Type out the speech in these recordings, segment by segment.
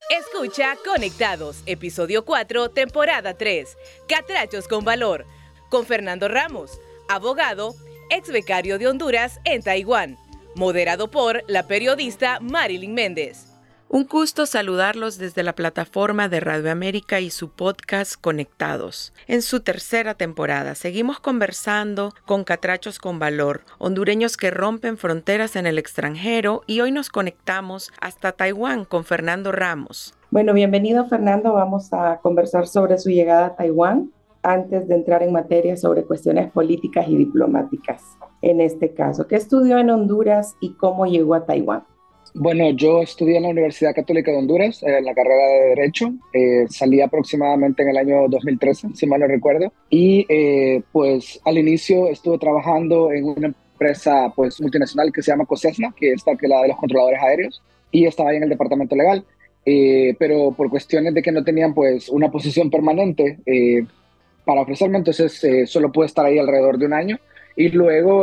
Escucha Conectados, episodio 4, temporada 3, Catrachos con Valor, con Fernando Ramos, abogado, ex becario de Honduras en Taiwán, moderado por la periodista Marilyn Méndez. Un gusto saludarlos desde la plataforma de Radio América y su podcast Conectados. En su tercera temporada seguimos conversando con Catrachos con Valor, hondureños que rompen fronteras en el extranjero, y hoy nos conectamos hasta Taiwán con Fernando Ramos. Bueno, bienvenido Fernando, vamos a conversar sobre su llegada a Taiwán antes de entrar en materia sobre cuestiones políticas y diplomáticas. En este caso, ¿qué estudió en Honduras y cómo llegó a Taiwán? Bueno, yo estudié en la Universidad Católica de Honduras, en la carrera de Derecho. Salí aproximadamente en el año 2013, si mal no recuerdo. Y pues al inicio estuve trabajando en una empresa pues multinacional que se llama COSESNA, que es la de los controladores aéreos, y estaba ahí en el departamento legal. Pero por cuestiones de que no tenían pues una posición permanente para ofrecerme, entonces solo pude estar ahí alrededor de un año. Y luego,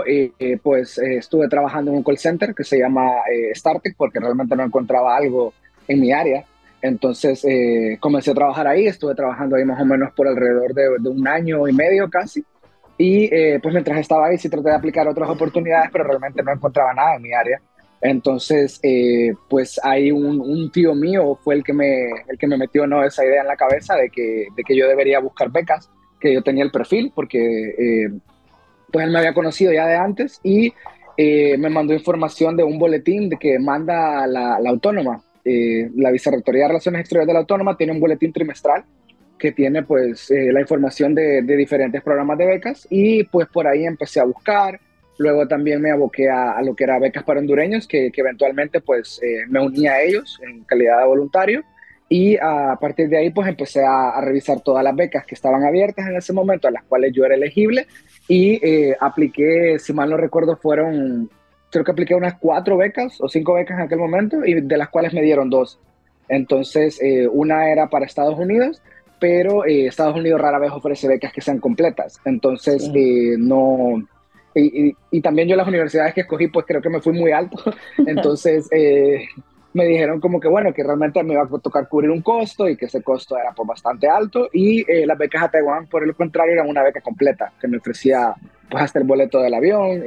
estuve trabajando en un call center que se llama StarTech, porque realmente no encontraba algo en mi área. Entonces, comencé a trabajar ahí. Estuve trabajando ahí más o menos por alrededor de un año y medio casi. Y pues mientras estaba ahí sí traté de aplicar otras oportunidades, pero realmente no encontraba nada en mi área. Entonces, pues ahí un tío mío fue el que me metió, ¿no?, esa idea en la cabeza de que yo debería buscar becas, que yo tenía el perfil, porque pues él me había conocido ya de antes y me mandó información de un boletín de que manda la Autónoma. La Vicerrectoría de Relaciones Exteriores de la Autónoma tiene un boletín trimestral que tiene pues la información de diferentes programas de becas, y pues por ahí empecé a buscar. Luego también me aboqué a lo que era becas para hondureños, que eventualmente pues me uní a ellos en calidad de voluntario. Y a partir de ahí pues empecé a revisar todas las becas que estaban abiertas en ese momento, a las cuales yo era elegible, y apliqué, si mal no recuerdo, creo que apliqué unas 4 becas o 5 becas en aquel momento, y de las cuales me dieron 2. Entonces, una era para Estados Unidos, pero Estados Unidos rara vez ofrece becas que sean completas. Entonces, Sí. no... Y también yo las universidades que escogí, pues creo que me fui muy alto. Entonces, me dijeron como que bueno, que realmente me iba a tocar cubrir un costo y que ese costo era pues bastante alto, y las becas a Taiwán por el contrario eran una beca completa que me ofrecía pues hasta el boleto del avión,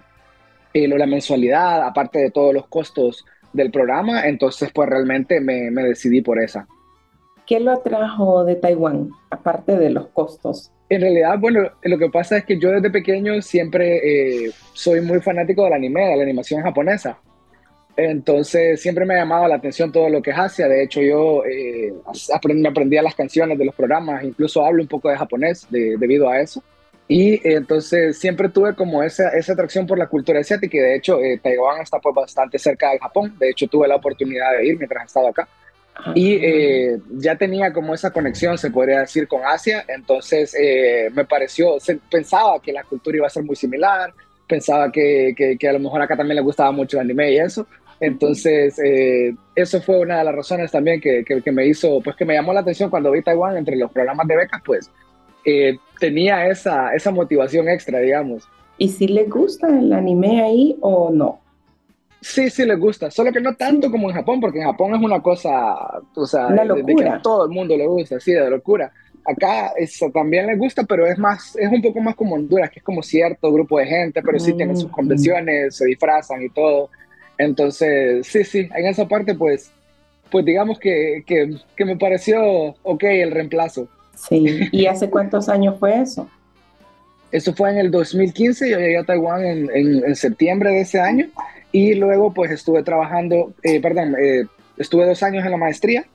la mensualidad, aparte de todos los costos del programa. Entonces pues realmente me decidí por esa. ¿Qué lo atrajo de Taiwán, aparte de los costos? En realidad, bueno, lo que pasa es que yo desde pequeño siempre soy muy fanático del anime, de la animación japonesa. Entonces siempre me ha llamado la atención todo lo que es Asia. De hecho, yo me aprendía las canciones de los programas, incluso hablo un poco de japonés debido a eso. Y entonces siempre tuve como esa atracción por la cultura asiática, y de hecho Taiwán está pues bastante cerca del Japón. De hecho, tuve la oportunidad de ir mientras estaba acá. Y ya tenía como esa conexión, se podría decir, con Asia. Entonces pensaba que la cultura iba a ser muy similar, pensaba que a lo mejor acá también le gustaba mucho el anime y eso. Entonces, eso fue una de las razones también que me hizo, pues que me llamó la atención cuando vi Taiwán entre los programas de becas, pues tenía esa motivación extra, digamos. ¿Y si le gusta el anime ahí o no? Sí, sí les gusta, solo que no tanto Sí, como en Japón, porque en Japón es una cosa, o sea, una de que a locura. todo el mundo le gusta, así de locura. Acá eso también les gusta, pero es un poco más como Honduras, que es como cierto grupo de gente, pero sí tienen sus Ujú. convenciones, se disfrazan y todo. Entonces, sí, sí, en esa parte, pues digamos que me pareció ok el reemplazo. Sí. ¿Y hace cuántos años fue eso? Eso fue en el 2015. Yo llegué a Taiwán en septiembre de ese año, y luego pues estuve trabajando, estuve 2 años en la maestría,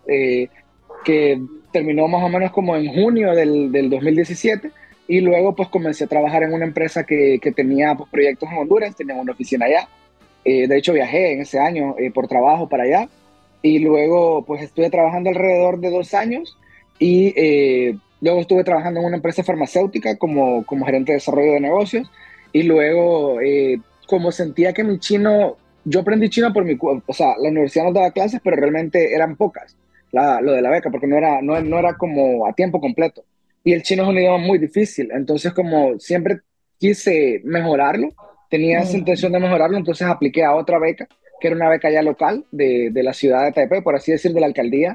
que terminó más o menos como en junio del 2017, y luego pues comencé a trabajar en una empresa que tenía pues, proyectos en Honduras, tenía una oficina allá. De hecho viajé en ese año por trabajo para allá, y luego pues estuve trabajando alrededor de 2 años, y luego estuve trabajando en una empresa farmacéutica como gerente de desarrollo de negocios. Y luego como sentía que mi chino, yo aprendí chino o sea, la universidad nos daba clases, pero realmente eran pocas, lo de la beca, porque no era como a tiempo completo. Y el chino es un idioma muy difícil, entonces como siempre quise mejorarlo, tenía esa Ujú. intención de mejorarlo, entonces apliqué a otra beca, que era una beca ya local de la ciudad de Taipei, por así decir, de la alcaldía,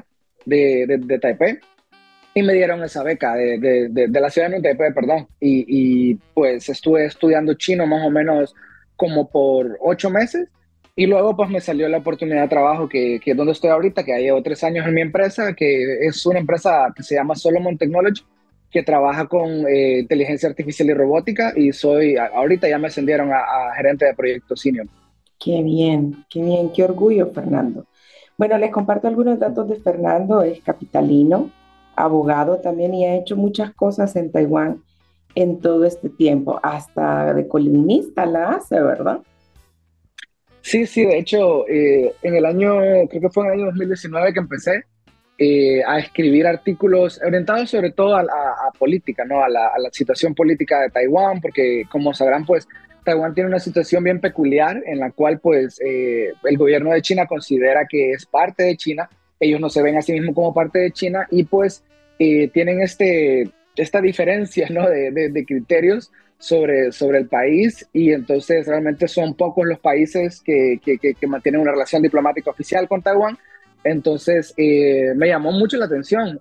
de Taipei y me dieron esa beca de la ciudad de Taipei, perdón. Y pues estuve estudiando chino más o menos como por 8 meses y luego pues me salió la oportunidad de trabajo que es donde estoy ahorita, que ya llevo 3 años en mi empresa, que es una empresa que se llama Solomon Technology, que trabaja con inteligencia artificial y robótica y ahorita ya me ascendieron a gerente de proyecto senior. Qué bien, qué orgullo, Fernando. Bueno, les comparto algunos datos de Fernando. Es capitalino, abogado también y ha hecho muchas cosas en Taiwán en todo este tiempo. Hasta de columnista la hace, ¿verdad? Sí, sí, de hecho, en el año, creo que fue en el año 2019 que empecé a escribir artículos orientados sobre todo a política, ¿no? A la situación política de Taiwán, porque como sabrán, pues Taiwán tiene una situación bien peculiar en la cual pues el gobierno de China considera que es parte de China, ellos no se ven a sí mismos como parte de China y pues tienen esta diferencia, ¿no? de criterios sobre el país y entonces realmente son pocos los países que mantienen una relación diplomática oficial con Taiwán. Entonces me llamó mucho la atención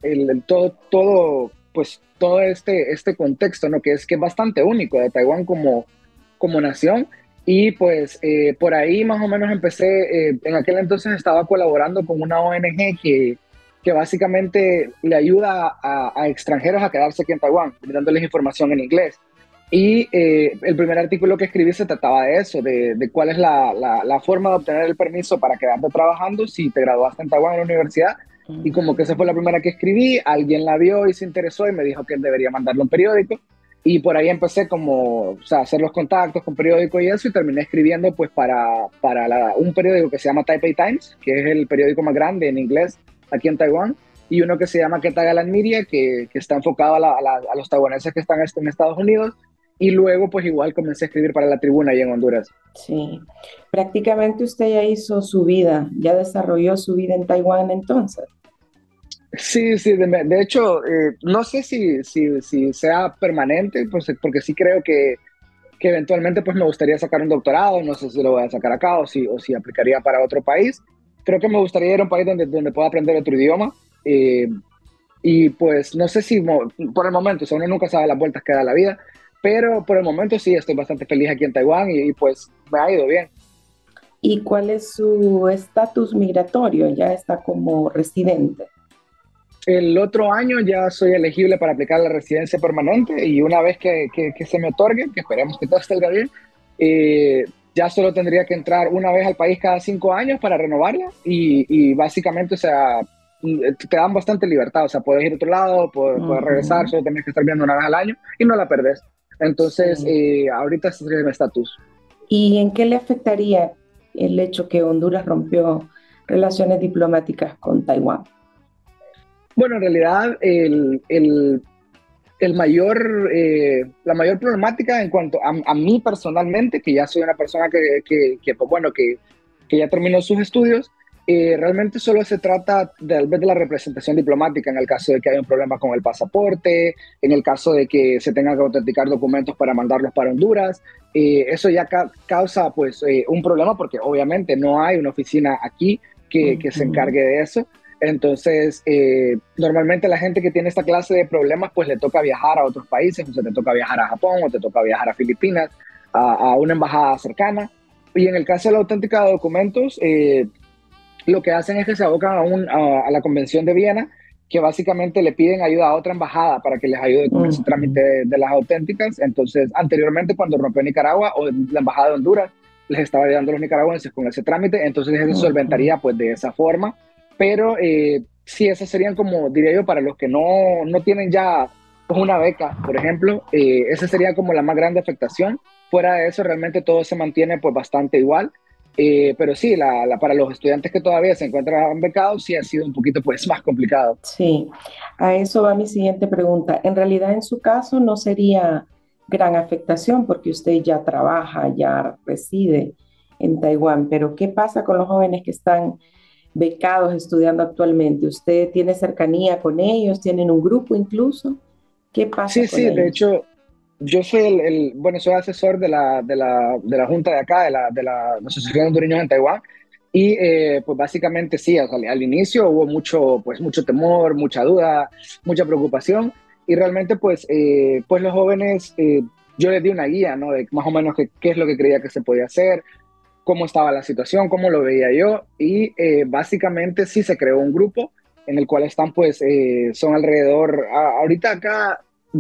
todo este contexto, ¿no? Que es bastante único de Taiwán como nación. Y pues por ahí más o menos empecé, en aquel entonces estaba colaborando con una ONG que básicamente le ayuda a extranjeros a quedarse aquí en Taiwán, dándoles información en inglés. Y el primer artículo que escribí se trataba de eso, de cuál es la forma de obtener el permiso para quedarte trabajando si te graduaste en Taiwán en la universidad. Y como que esa fue la primera que escribí, alguien la vio y se interesó y me dijo que él debería mandarlo a un periódico. Y por ahí empecé o sea, a hacer los contactos con periódicos y eso, y terminé escribiendo pues para un periódico que se llama Taipei Times, que es el periódico más grande en inglés aquí en Taiwán, y uno que se llama Ketagalan Media, que está enfocado a los taiwaneses que están en Estados Unidos. Y luego, pues igual comencé a escribir para La Tribuna ahí en Honduras. Sí, prácticamente usted ya hizo su vida, ya desarrolló su vida en Taiwán entonces. Sí, sí, de hecho, no sé si sea permanente, pues, porque sí creo que eventualmente pues me gustaría sacar un doctorado, no sé si lo voy a sacar acá o si aplicaría para otro país. Creo que me gustaría ir a un país donde pueda aprender otro idioma. Y pues no sé si por el momento, o sea, uno nunca sabe las vueltas que da la vida, pero por el momento sí, estoy bastante feliz aquí en Taiwán y pues me ha ido bien. ¿Y cuál es su estatus migratorio? Ya está como residente. El otro año ya soy elegible para aplicar la residencia permanente y una vez que se me otorgue, que esperemos que todo salga bien, ya solo tendría que entrar una vez al país cada 5 años para renovarla y básicamente, o sea, te dan bastante libertad, o sea, puedes ir a otro lado, puedes regresar, solo tienes que estar viendo una vez al año y no la perdés. Entonces, Sí. ahorita ese sería mi estatus. ¿Y en qué le afectaría el hecho que Honduras rompió relaciones diplomáticas con Taiwán? Bueno, en realidad la mayor problemática en cuanto a mí personalmente, que ya soy una persona pues bueno, que ya terminó sus estudios, realmente solo se trata tal vez de la representación diplomática en el caso de que haya un problema con el pasaporte, en el caso de que se tengan que autenticar documentos para mandarlos para Honduras. Eso ya causa pues un problema porque obviamente no hay una oficina aquí que se encargue de eso. Entonces, normalmente la gente que tiene esta clase de problemas, pues le toca viajar a otros países, o sea, te toca viajar a Japón, o te toca viajar a Filipinas, a una embajada cercana. Y en el caso de la auténtica de documentos, lo que hacen es que se abocan a la Convención de Viena, que básicamente le piden ayuda a otra embajada para que les ayude con ese trámite de las auténticas. Entonces, anteriormente, cuando rompió Nicaragua, o la embajada de Honduras les estaba ayudando a los nicaragüenses con ese trámite, entonces se solventaría pues de esa forma. Pero sí, esas serían como, diría yo, para los que no tienen ya pues, una beca, por ejemplo, esa sería como la más grande afectación. Fuera de eso, realmente todo se mantiene pues bastante igual. Pero sí, para los estudiantes que todavía se encuentran becados, sí ha sido un poquito pues más complicado. Sí, a eso va mi siguiente pregunta. En realidad, en su caso, no sería gran afectación porque usted ya trabaja, ya reside en Taiwán, pero ¿qué pasa con los jóvenes que están becados estudiando actualmente? ¿Usted tiene cercanía con ellos? ¿Tienen un grupo incluso? ¿Qué pasa Sí, con sí, de ellos? hecho, yo soy bueno, soy asesor de la junta de acá, de la Asociación de Hondureños en Taiwán, Y pues básicamente sí, o sea, al inicio hubo mucho temor, mucha duda, mucha preocupación, y realmente pues los jóvenes, yo les di una guía, ¿no? De más o menos qué es lo que creía que se podía hacer, cómo estaba la situación, cómo lo veía yo, y básicamente sí se creó un grupo en el cual están son alrededor, ahorita acá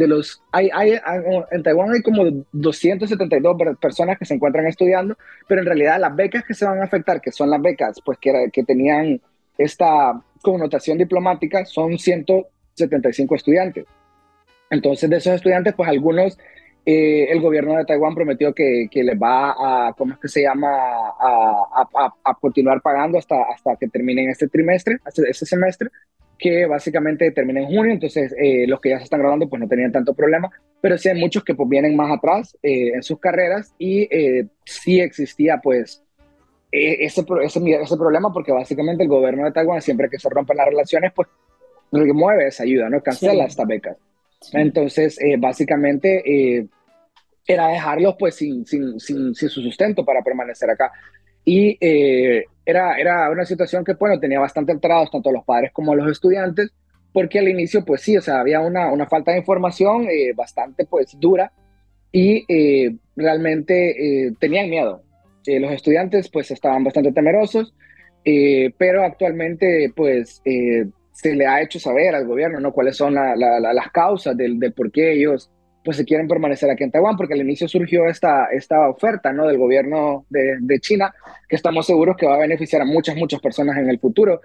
en Taiwán hay como 272 personas que se encuentran estudiando, pero en realidad las becas que se van a afectar, que son las becas pues que tenían esta connotación diplomática, son 175 estudiantes. Entonces, de esos estudiantes, pues algunos, el gobierno de Taiwán prometió que les va a, ¿cómo es que se llama? A continuar pagando hasta que terminen este trimestre, este semestre, que básicamente termina en junio. Entonces, los que ya se están graduando, pues no tenían tanto problema, pero sí hay muchos que pues vienen más atrás en sus carreras, y sí existía pues ese problema, porque básicamente el gobierno de Taiwán, siempre que se rompen las relaciones, pues remueve esa ayuda, ¿no? Cancela estas becas. Sí. Entonces, básicamente era dejarlos pues sin su sustento para permanecer acá. Y era una situación que, bueno, tenía bastante alterados tanto los padres como los estudiantes, porque al inicio, pues sí, o sea, había una falta de información bastante pues dura, y realmente tenían miedo. Los estudiantes pues estaban bastante temerosos, pero actualmente pues se le ha hecho saber al gobierno, ¿no? Cuáles son las causas del por qué ellos pues se quieren permanecer aquí en Taiwán, porque al inicio surgió esta oferta, ¿no? Del gobierno de China, que estamos seguros que va a beneficiar a muchas personas en el futuro,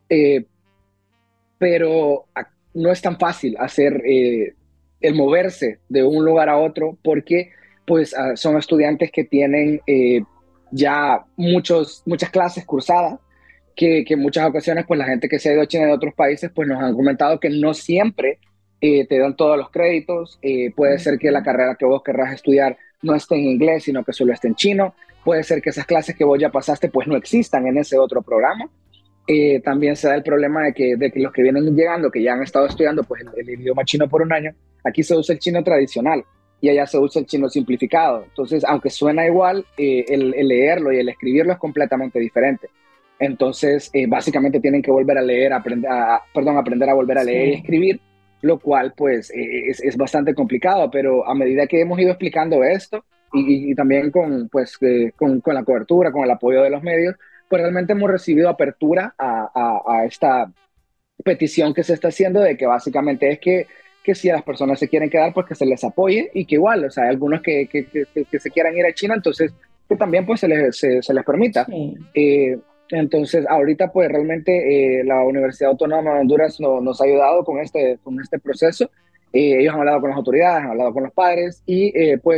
pero no es tan fácil hacer el moverse de un lugar a otro, porque pues son estudiantes que tienen ya muchas clases cursadas, que en muchas ocasiones pues la gente que se ha ido a China de otros países pues nos han comentado que no siempre te dan todos los créditos. Puede ser que la carrera que vos querrás estudiar no esté en inglés, sino que solo esté en chino. Puede ser que esas clases que vos ya pasaste pues no existan en ese otro programa. También se da el problema de que los que vienen llegando, que ya han estado estudiando pues el idioma chino por un año, aquí se usa el chino tradicional y allá se usa el chino simplificado. Entonces, aunque suena igual, el leerlo y el escribirlo es completamente diferente. Entonces, básicamente tienen que volver a leer, aprender a volver a leer y escribir, lo cual pues es bastante complicado, pero a medida que hemos ido explicando esto y también con la cobertura, con el apoyo de los medios, pues realmente hemos recibido apertura a esta petición que se está haciendo, de que básicamente es que si las personas se quieren quedar, pues que se les apoye, y que igual, o sea, hay algunos que se quieran ir a China, entonces que también pues se les permita. Sí. Entonces, ahorita pues realmente la Universidad Autónoma de Honduras nos ha ayudado con este proceso. Ellos han hablado con las autoridades, han hablado con los padres, y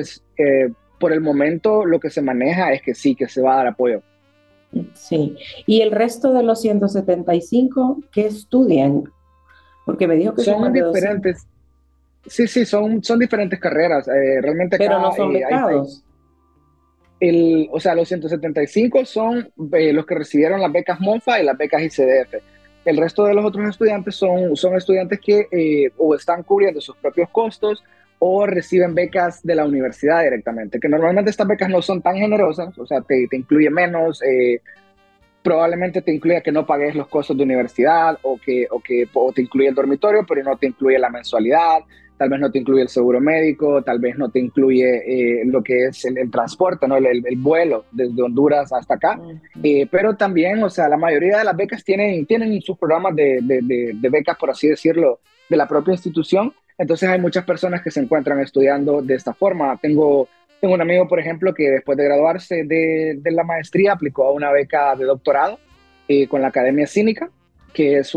por el momento lo que se maneja es que sí, que se va a dar apoyo. Sí. ¿Y el resto de los 175 qué estudian? Porque me dijo que son diferentes. Sí, son diferentes carreras. Realmente acá, pero no son becados. O sea, los 175 son los que recibieron las becas MONFA y las becas ICDF. El resto de los otros estudiantes son estudiantes que o están cubriendo sus propios costos o reciben becas de la universidad directamente, que normalmente estas becas no son tan generosas, o sea, te incluye menos, probablemente te incluye que no pagues los costos de universidad, o te incluye el dormitorio, pero no te incluye la mensualidad, tal vez no te incluye el seguro médico, tal vez no te incluye lo que es el transporte, ¿no? el vuelo desde Honduras hasta acá. Pero también, o sea, la mayoría de las becas tienen sus programas de becas, por así decirlo, de la propia institución. Entonces hay muchas personas que se encuentran estudiando de esta forma. Tengo un amigo, por ejemplo, que después de graduarse de la maestría aplicó a una beca de doctorado con la Academia Cínica, que es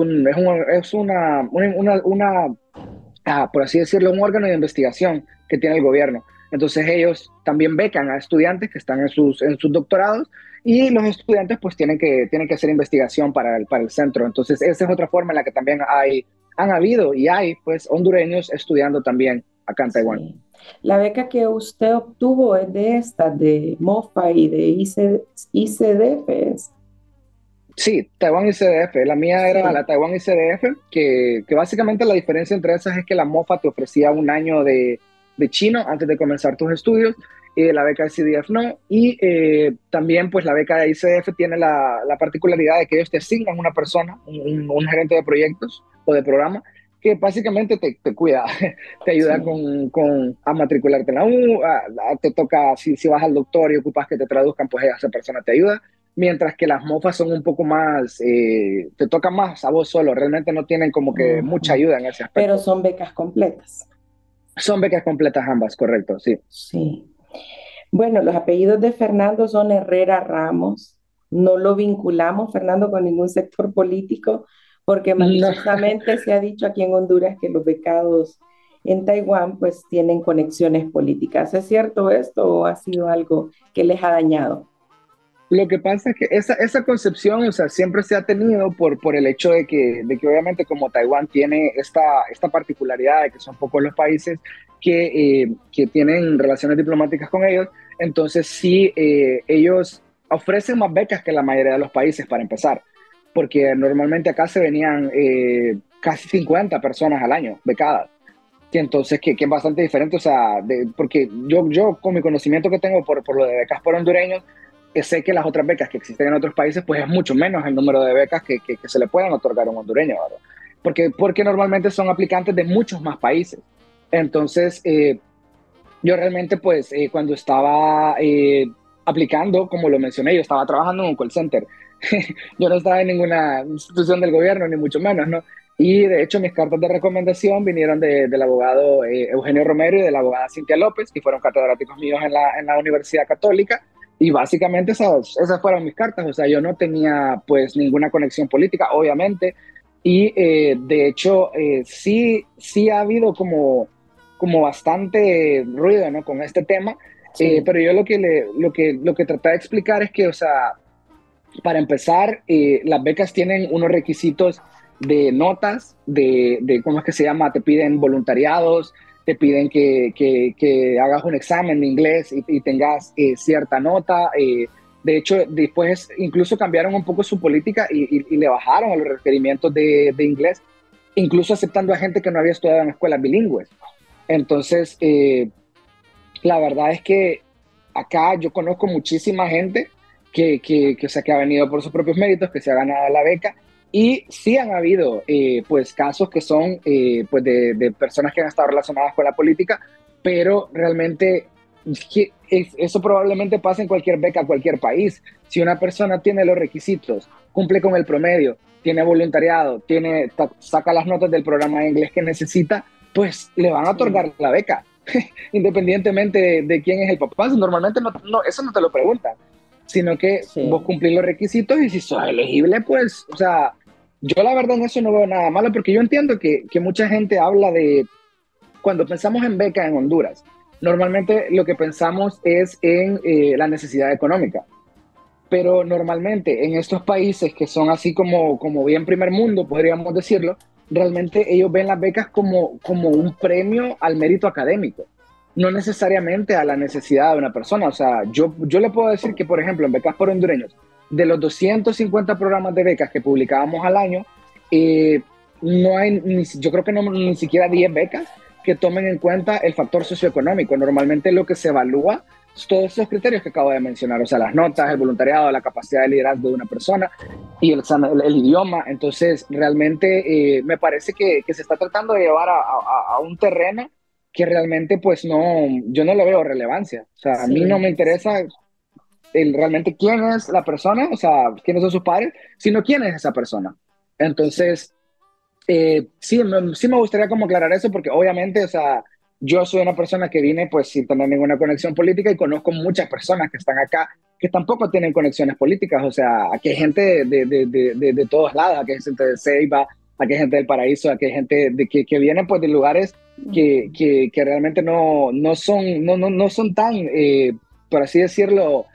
por así decirlo, un órgano de investigación que tiene el gobierno. Entonces ellos también becan a estudiantes que están en sus doctorados, y los estudiantes pues tienen que hacer investigación para el centro. Entonces esa es otra forma en la que también han habido y hay pues hondureños estudiando también acá en Taiwán. Sí. La beca que usted obtuvo es de MOFA y de ICDF. Sí, Taiwán ICDF. La mía era la Taiwán ICDF, que básicamente la diferencia entre esas es que la MOFA te ofrecía un año de chino antes de comenzar tus estudios, la beca de CDF no, y también pues la beca de ICF tiene la particularidad de que ellos te asignan una persona, un gerente de proyectos o de programa, que básicamente te cuida, te ayuda Sí. a matricularte en la U, te toca, si vas al doctor y ocupas que te traduzcan, pues esa persona te ayuda, mientras que las mofas son un poco más, te toca más a vos solo, realmente no tienen como que mucha Ujú. ayuda en ese Pero aspecto. son becas completas. Son becas completas ambas, correcto, sí. Sí. Bueno, los apellidos de Fernando son Herrera Ramos. No lo vinculamos, Fernando, con ningún sector político, porque No, maliciosamente se ha dicho aquí en Honduras que los becados en Taiwán pues tienen conexiones políticas. ¿Es cierto esto o ha sido algo que les ha dañado? lo que pasa es que esa concepción, o sea, siempre se ha tenido por el hecho de que obviamente como Taiwán tiene esta particularidad de que son pocos los países que tienen relaciones diplomáticas con ellos, entonces sí, ellos ofrecen más becas que la mayoría de los países para empezar, porque normalmente acá se venían casi 50 personas al año becadas. Y entonces, que es bastante diferente, o sea, porque yo con mi conocimiento que tengo por lo de becas por hondureños, sé que las otras becas que existen en otros países, pues es mucho menos el número de becas que se le puedan otorgar a un hondureño, ¿verdad? Porque normalmente son aplicantes de muchos más países. Entonces, yo realmente, pues, cuando estaba aplicando, como lo mencioné, yo estaba trabajando en un call center. Yo no estaba en ninguna institución del gobierno, ni mucho menos, ¿no? Y de hecho, mis cartas de recomendación vinieron del abogado Eugenio Romero y de la abogada Cintia López, que fueron catedráticos míos en la Universidad Católica. Y básicamente esas fueron mis cartas. O sea, yo no tenía, pues, ninguna conexión política, obviamente. Y de hecho, sí ha habido como bastante ruido, ¿no? Con este tema, Sí, pero yo lo que traté de explicar es que, o sea, para empezar, las becas tienen unos requisitos de notas, ¿cómo es que se llama? Te piden voluntariados, te piden que hagas un examen de inglés y tengas cierta nota. De hecho, después incluso cambiaron un poco su política y le bajaron a los requerimientos de inglés, incluso aceptando a gente que no había estudiado en escuelas bilingües. Entonces, la verdad es que acá yo conozco muchísima gente o sea, que ha venido por sus propios méritos, que se ha ganado la beca, y sí han habido pues casos que son pues de personas que han estado relacionadas con la política, pero realmente eso probablemente pasa en cualquier beca, cualquier país. Si una persona tiene los requisitos, cumple con el promedio, tiene voluntariado, saca las notas del programa de inglés que necesita, pues le van a sí, otorgar la beca, independientemente de quién es el papá. Normalmente eso no te lo preguntan, sino que vos sí, cumplís los requisitos y si sos elegible, pues, o sea, yo la verdad en eso no veo nada malo, porque yo entiendo que mucha gente habla de, cuando pensamos en beca en Honduras, normalmente lo que pensamos es en la necesidad económica, pero normalmente en estos países que son así como bien primer mundo, podríamos decirlo, realmente ellos ven las becas como un premio al mérito académico, no necesariamente a la necesidad de una persona. O sea, yo le puedo decir que, por ejemplo, en Becas por Hondureños, de los 250 programas de becas que publicábamos al año, no hay, yo creo que no, ni siquiera 10 becas que tomen en cuenta el factor socioeconómico. Normalmente lo que se evalúa todos esos criterios que acabo de mencionar, o sea, las notas, el voluntariado, la capacidad de liderazgo de una persona y el idioma. Entonces, realmente me parece que se está tratando de llevar a un terreno que realmente, pues no, yo no le veo relevancia. O sea, a mí no me sí, interesa realmente quién es la persona, o sea, quiénes son sus padres, sino quién es esa persona. sí, Entonces, sí me gustaría como aclarar eso porque obviamente, o sea, yo soy una persona que vine pues sin tener ninguna conexión política y conozco muchas personas que están acá que tampoco tienen conexiones políticas. O sea, aquí hay gente de todos lados, aquí hay gente de Ceiba, aquí hay gente del Paraíso, aquí hay gente que viene pues de lugares ujú, que realmente no son tan, por así decirlo,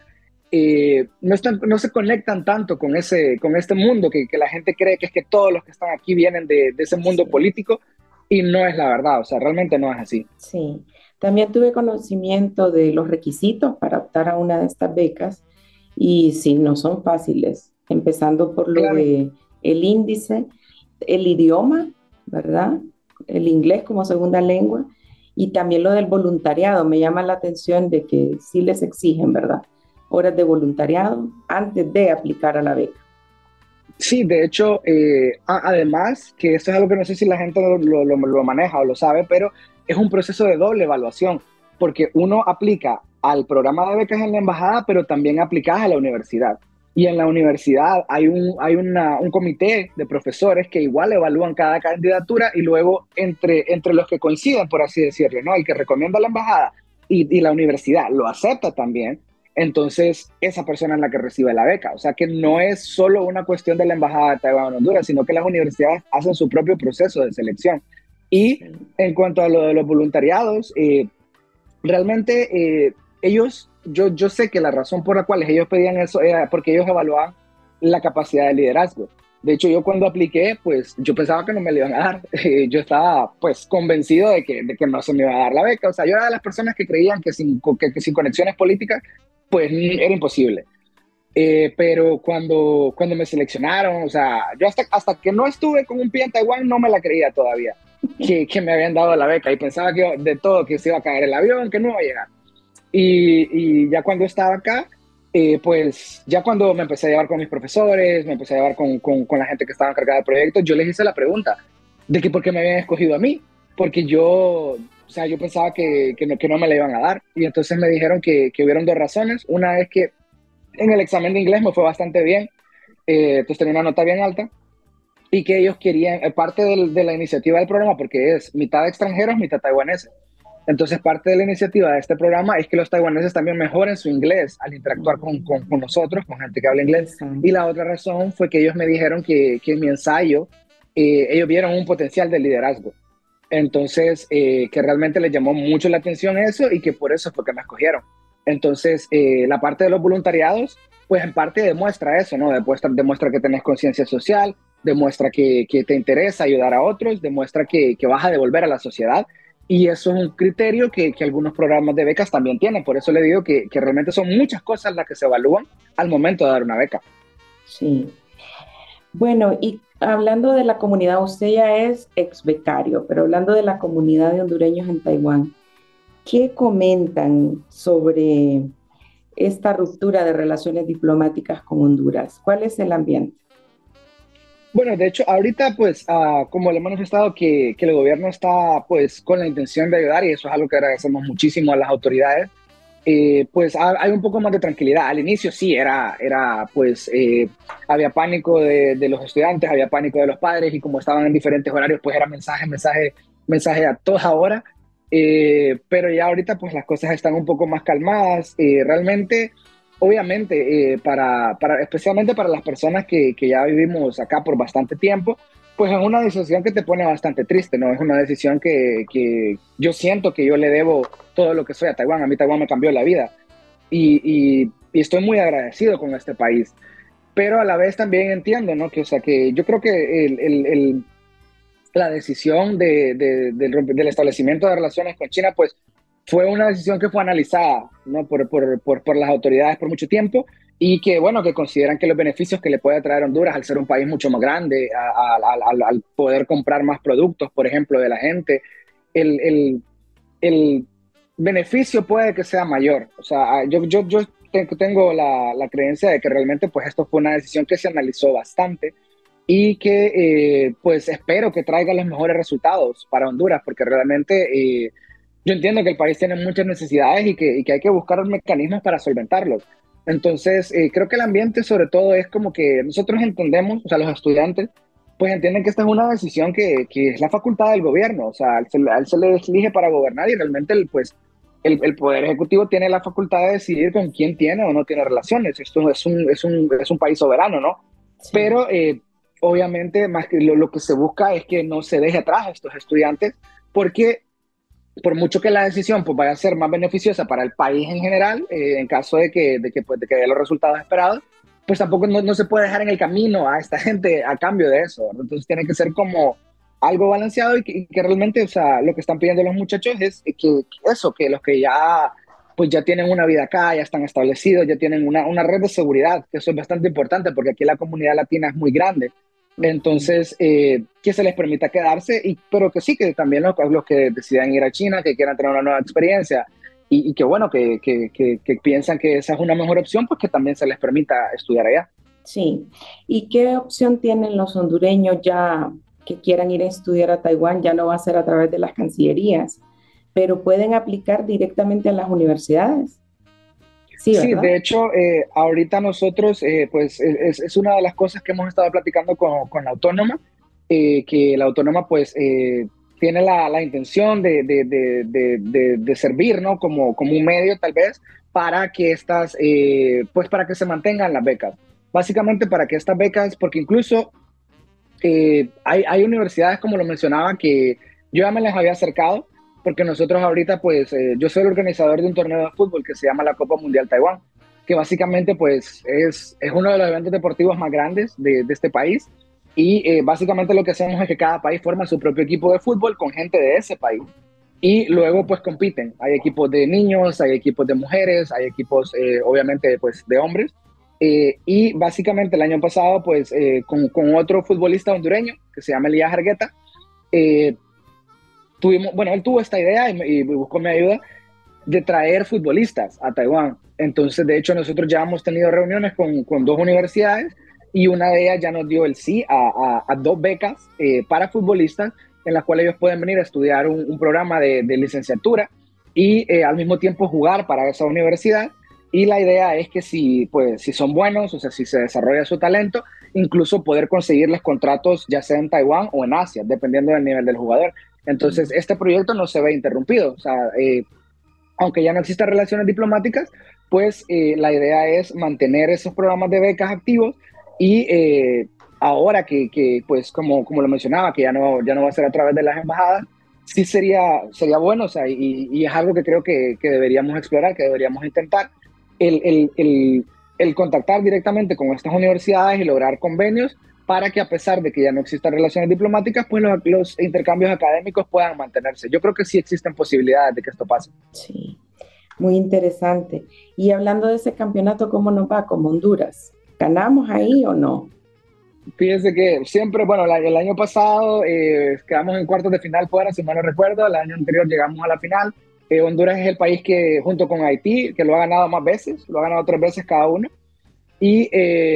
no se conectan tanto con este mundo que la gente cree que es que todos los que están aquí vienen de ese mundo sí, político y no es la verdad, o sea, realmente no es así. sí. También tuve conocimiento de los requisitos para optar a una de estas becas y sí, no son fáciles, empezando por lo Claro, de el índice, el idioma, ¿verdad? El inglés como segunda lengua Y también lo del voluntariado, me llama la atención de que sí les exigen, ¿verdad? Horas de voluntariado antes de aplicar a la beca. Sí, de hecho, además, que esto es algo que no sé si la gente lo maneja o lo sabe, pero es un proceso de doble evaluación, porque uno aplica al programa de becas en la embajada, pero también aplicas a la universidad. Y en la universidad hay un comité de profesores que igual evalúan cada candidatura y luego entre los que coinciden, por así decirlo, ¿no? El que recomienda la embajada y la universidad lo acepta también, entonces esa persona es la que recibe la beca. O sea que no es solo una cuestión de la Embajada de Taiwán en Honduras, sino que las universidades hacen su propio proceso de selección. Y en cuanto a lo de los voluntariados, realmente yo sé que la razón por la cual ellos pedían eso era porque ellos evaluaban la capacidad de liderazgo. De hecho, yo cuando apliqué, pues yo pensaba que no me la iban a dar. Yo estaba pues convencido de que no se me iba a dar la beca. O sea, yo era de las personas que creían que sin conexiones políticas, pues era imposible. Pero cuando me seleccionaron, o sea, yo hasta que no estuve con un pie en Taiwán no me la creía todavía que me habían dado la beca y pensaba que de todo, que se iba a caer el avión, que no iba a llegar. Y ya cuando estaba acá, pues ya cuando me empecé a llevar con mis profesores, me empecé a llevar con la gente que estaba encargada del proyecto, yo les hice la pregunta de que por qué me habían escogido a mí, porque o sea, yo pensaba que no me la iban a dar. Y entonces me dijeron que hubieron dos razones. Una es que en el examen de inglés me fue bastante bien, entonces tenía una nota bien alta, y que ellos querían, parte de la iniciativa del programa, porque es mitad extranjeros, mitad taiwaneses. Entonces, parte de la iniciativa de este programa es que los taiwaneses también mejoren su inglés al interactuar con nosotros, con gente que habla inglés. Y la otra razón fue que ellos me dijeron que en mi ensayo ellos vieron un potencial de liderazgo. Entonces, que realmente les llamó mucho la atención eso y que por eso fue que me escogieron. Entonces, la parte de los voluntariados, pues en parte demuestra eso, ¿no? Demuestra que tenés conciencia social, demuestra que te interesa ayudar a otros, demuestra que vas a devolver a la sociedad. Y eso es un criterio que algunos programas de becas también tienen. Por eso le digo que realmente son muchas cosas las que se evalúan al momento de dar una beca. Sí. Bueno, y hablando de la comunidad, usted ya es ex becario, pero hablando de la comunidad de hondureños en Taiwán, ¿qué comentan sobre esta ruptura de relaciones diplomáticas con Honduras? ¿Cuál es el ambiente? Bueno, de hecho, ahorita, pues, como le hemos manifestado que el gobierno está, pues, con la intención de ayudar, y eso es algo que agradecemos muchísimo a las autoridades, pues hay un poco más de tranquilidad. Al inicio sí, pues, había pánico de los estudiantes, había pánico de los padres, y como estaban en diferentes horarios, pues era mensaje a toda hora. Pero ya ahorita, pues, las cosas están un poco más calmadas. Realmente, obviamente, especialmente para las personas que ya vivimos acá por bastante tiempo, pues es una decisión que te pone bastante triste, ¿no? Es una decisión que yo siento que yo le debo todo lo que soy a Taiwán. A mí Taiwán me cambió la vida y estoy muy agradecido con este país. Pero a la vez también entiendo, ¿no? Que, o sea, que yo creo que la decisión del establecimiento de relaciones con China, pues fue una decisión que fue analizada, ¿no? por las autoridades por mucho tiempo, y que, bueno, que consideran que los beneficios que le puede traer Honduras al ser un país mucho más grande, al poder comprar más productos, por ejemplo, de la gente, el beneficio puede que sea mayor. O sea, yo tengo la creencia de que realmente pues esto fue una decisión que se analizó bastante y que pues espero que traiga los mejores resultados para Honduras, porque realmente yo entiendo que el país tiene muchas necesidades y que hay que buscar mecanismos para solventarlos. Entonces, creo que el ambiente sobre todo es como que nosotros entendemos, o sea, los estudiantes, pues entienden que esta es una decisión que es la facultad del gobierno. O sea, a él se le elige para gobernar y realmente el Poder Ejecutivo tiene la facultad de decidir con quién tiene o no tiene relaciones. Esto es un país soberano, ¿no? Sí. Pero obviamente más que lo que se busca es que no se deje atrás a estos estudiantes, porque por mucho que la decisión pues, vaya a ser más beneficiosa para el país en general, en caso de que dé los resultados esperados, pues tampoco no se puede dejar en el camino a esta gente a cambio de eso, ¿verdad? Entonces tiene que ser como algo balanceado y que realmente, o sea, lo que están pidiendo los muchachos es que los que ya tienen una vida acá, ya están establecidos, ya tienen una red de seguridad, que eso es bastante importante porque aquí la comunidad latina es muy grande. Entonces, que se les permita quedarse, pero que sí, que también los que decidan ir a China, que quieran tener una nueva experiencia y que bueno, que piensan que esa es una mejor opción, pues que también se les permita estudiar allá. Sí. ¿Y qué opción tienen los hondureños ya que quieran ir a estudiar a Taiwán? Ya no va a ser a través de las cancillerías, pero pueden aplicar directamente a las universidades. Sí, Sí, ¿verdad? de hecho, ahorita nosotros, pues es una de las cosas que hemos estado platicando con la autónoma, que la autónoma pues tiene la intención de servir, ¿no? Como un medio tal vez para que estas, pues para que se mantengan las becas. Básicamente para que estas becas, porque incluso hay universidades, como lo mencionaba, que yo ya me les había acercado, porque nosotros ahorita, pues, yo soy el organizador de un torneo de fútbol que se llama la Copa Mundial Taiwán, que básicamente, pues, es uno de los eventos deportivos más grandes de este país. Y básicamente lo que hacemos es que cada país forma su propio equipo de fútbol con gente de ese país. Y luego, pues, compiten. Hay equipos de niños, hay equipos de mujeres, hay equipos, obviamente, pues, de hombres. Y básicamente el año pasado, pues, con otro futbolista hondureño que se llama Elías Argueta, eh, bueno, él tuvo esta idea y buscó mi ayuda de traer futbolistas a Taiwán. Entonces, de hecho, nosotros ya hemos tenido reuniones con dos universidades y una de ellas ya nos dio el sí a dos becas para futbolistas en las cuales ellos pueden venir a estudiar un programa de licenciatura y al mismo tiempo jugar para esa universidad. Y la idea es que pues, si son buenos, o sea, si se desarrolla su talento, incluso poder conseguirles contratos ya sea en Taiwán o en Asia, dependiendo del nivel del jugador. Entonces, este proyecto no se ve interrumpido. O sea, aunque ya no existan relaciones diplomáticas, pues la idea es mantener esos programas de becas activos y ahora pues como lo mencionaba, que ya no va a ser a través de las embajadas, sí sería bueno, o sea, y es algo que creo que deberíamos explorar, que deberíamos intentar, el, el, el, el contactar directamente con estas universidades y lograr convenios para que a pesar de que ya no existan relaciones diplomáticas, pues los intercambios académicos puedan mantenerse. Yo creo que sí existen posibilidades de que esto pase. Sí, muy interesante. Y hablando de ese campeonato, ¿cómo nos va con Honduras? ¿Ganamos ahí o no? Fíjense que siempre, bueno, el año pasado quedamos en cuartos de final fuera, si mal no recuerdo, el año anterior llegamos a la final. Honduras es el país que, junto con Haití, que lo ha ganado más veces, lo ha ganado 3 veces cada uno. Y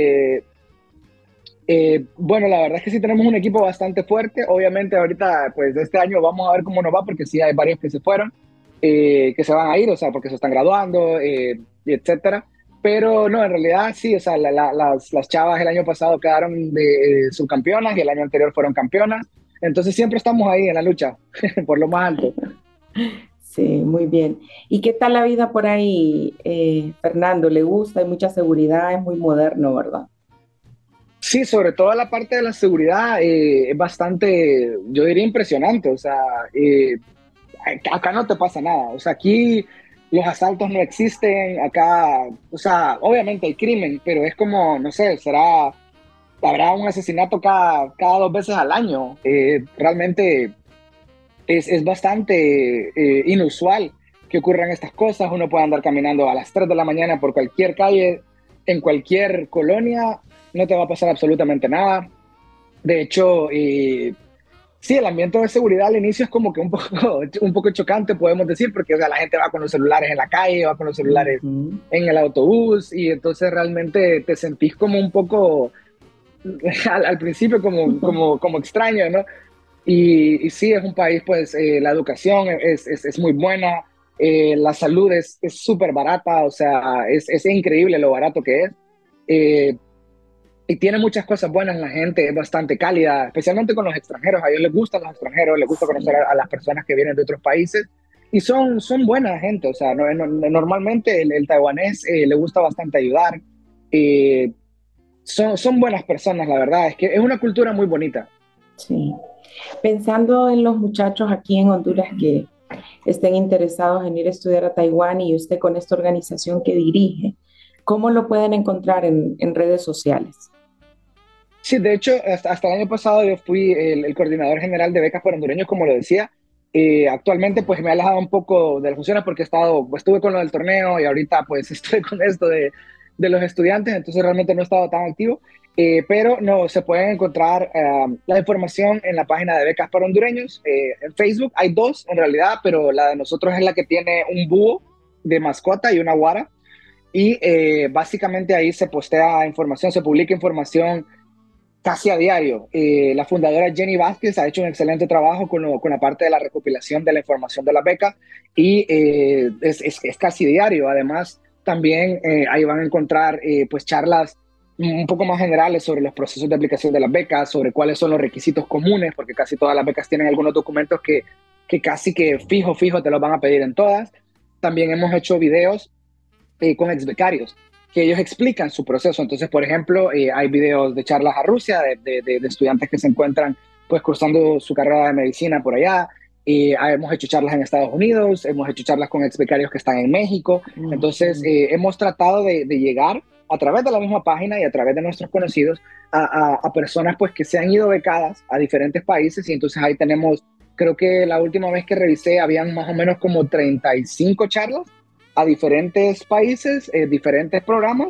bueno, la verdad es que sí tenemos un equipo bastante fuerte. Obviamente ahorita, pues este año vamos a ver cómo nos va, porque sí hay varios que se fueron, que se van a ir, o sea, porque se están graduando, y etcétera. Pero no, en realidad sí, o sea, las chavas el año pasado quedaron de subcampeonas y el año anterior fueron campeonas. Entonces siempre estamos ahí en la lucha, por lo más alto. Sí, muy bien. ¿Y qué tal la vida por ahí, Fernando? ¿Le gusta? Hay mucha seguridad, es muy moderno, ¿verdad? Sí, sobre todo la parte de la seguridad es bastante, yo diría impresionante. O sea, acá no te pasa nada. O sea, aquí los asaltos no existen. Acá, o sea, obviamente hay crimen, pero es como, no sé, habrá un asesinato cada 2 veces al año. Realmente es bastante inusual que ocurran estas cosas. Uno puede andar caminando a las 3 de la mañana por cualquier calle, en cualquier colonia, no te va a pasar absolutamente nada. De hecho, sí, el ambiente de seguridad al inicio es como que un poco chocante, podemos decir, porque o sea, la gente va con los celulares en la calle, va con los celulares Ujú. en el autobús, y entonces realmente te sentís como un poco, al principio, como extraño, ¿no? Y sí, es un país, pues la educación es muy buena, la salud es súper barata, o sea, es increíble lo barato que es. Eh, y tiene muchas cosas buenas, la gente es bastante cálida, especialmente con los extranjeros. A ellos les gustan los extranjeros, les gusta conocer Sí. a las personas que vienen de otros países y son buena gente. O sea, normalmente el taiwanés le gusta bastante ayudar. eh, son buenas personas, la verdad. Es que es una cultura muy bonita. Sí. Pensando en los muchachos aquí en Honduras que estén interesados en ir a estudiar a Taiwán y usted con esta organización que dirige, ¿cómo lo pueden encontrar en redes sociales? Sí, de hecho, hasta el año pasado yo fui el coordinador general de becas para hondureños, como lo decía. Actualmente, pues me he alejado un poco de las funciones porque estuve con lo del torneo y ahorita pues estoy con esto de los estudiantes, entonces realmente no he estado tan activo. Pero no, se pueden encontrar la información en la página de Becas para Hondureños. En Facebook hay dos en realidad, pero la de nosotros es la que tiene un búho de mascota y una guara. Y básicamente ahí se postea información, se publica información casi a diario. La fundadora Jenny Vázquez ha hecho un excelente trabajo con la parte de la recopilación de la información de la beca y es casi diario. Además, también ahí van a encontrar pues charlas un poco más generales sobre los procesos de aplicación de las becas, sobre cuáles son los requisitos comunes, porque casi todas las becas tienen algunos documentos que casi que fijo te los van a pedir en todas. También hemos hecho videos con exbecarios que ellos explican su proceso. Entonces, por ejemplo, hay videos de charlas a Rusia de estudiantes que se encuentran pues cursando su carrera de medicina por allá. Hemos hecho charlas en Estados Unidos, hemos hecho charlas con exbecarios que están en México. Entonces, hemos tratado de llegar a través de la misma página y a través de nuestros conocidos a personas pues que se han ido becadas a diferentes países, y entonces ahí tenemos, creo que la última vez que revisé, habían más o menos como 35 charlas a diferentes países, diferentes programas,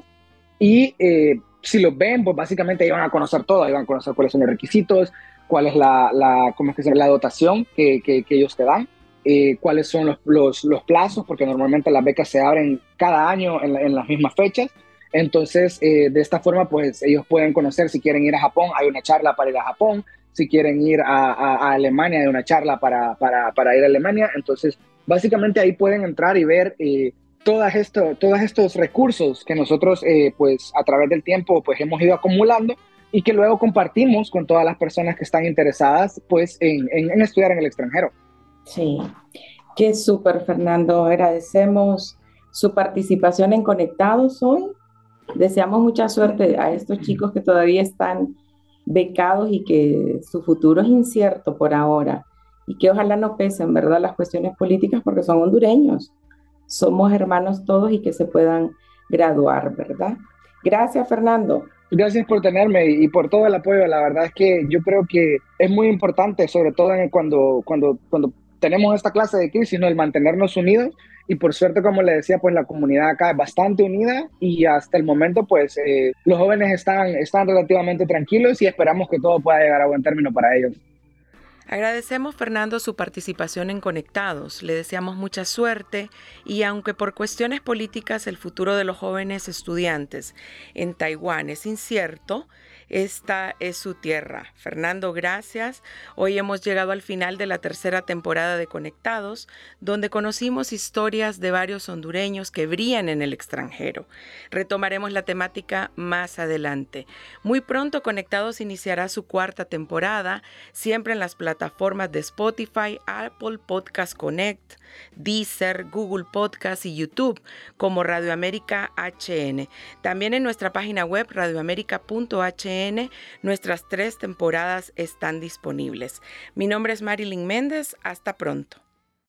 y si los ven, pues básicamente iban a conocer todo, iban a conocer cuáles son los requisitos, cuál es ¿cómo es que se llama? La dotación que ellos te dan, cuáles son los plazos, porque normalmente las becas se abren cada año en las mismas fechas. Entonces, de esta forma, pues ellos pueden conocer, si quieren ir a Japón, hay una charla para ir a Japón, si quieren ir a Alemania, hay una charla para ir a Alemania. Entonces, básicamente ahí pueden entrar y ver todos estos recursos que nosotros, pues a través del tiempo, pues hemos ido acumulando y que luego compartimos con todas las personas que están interesadas, pues, en estudiar en el extranjero. Sí, qué súper, Fernando. Agradecemos su participación en Conectados hoy. Deseamos mucha suerte a estos chicos que todavía están becados y que su futuro es incierto por ahora, y que ojalá no pesen, ¿verdad?, las cuestiones políticas, porque son hondureños, somos hermanos todos, y que se puedan graduar, ¿verdad? Gracias, Fernando. Gracias por tenerme y por todo el apoyo. La verdad es que yo creo que es muy importante, sobre todo cuando tenemos esta clase de crisis, ¿no?, el mantenernos unidos. Y por suerte, como le decía, pues la comunidad acá es bastante unida, y hasta el momento pues los jóvenes están relativamente tranquilos, y esperamos que todo pueda llegar a buen término para ellos. Agradecemos, Fernando, su participación en Conectados. Le deseamos mucha suerte, y aunque por cuestiones políticas el futuro de los jóvenes estudiantes en Taiwán es incierto, esta es su tierra. Fernando, gracias. Hoy hemos llegado al final de la tercera temporada de Conectados, donde conocimos historias de varios hondureños que brillan en el extranjero. Retomaremos la temática más adelante. Muy pronto Conectados iniciará su cuarta temporada, siempre en las plataformas de Spotify, Apple Podcast Connect, Deezer, Google Podcast y YouTube, como Radio América HN. También en nuestra página web radioamerica.hn nuestras 3 temporadas están disponibles. Mi nombre es Marilyn Méndez. Hasta pronto.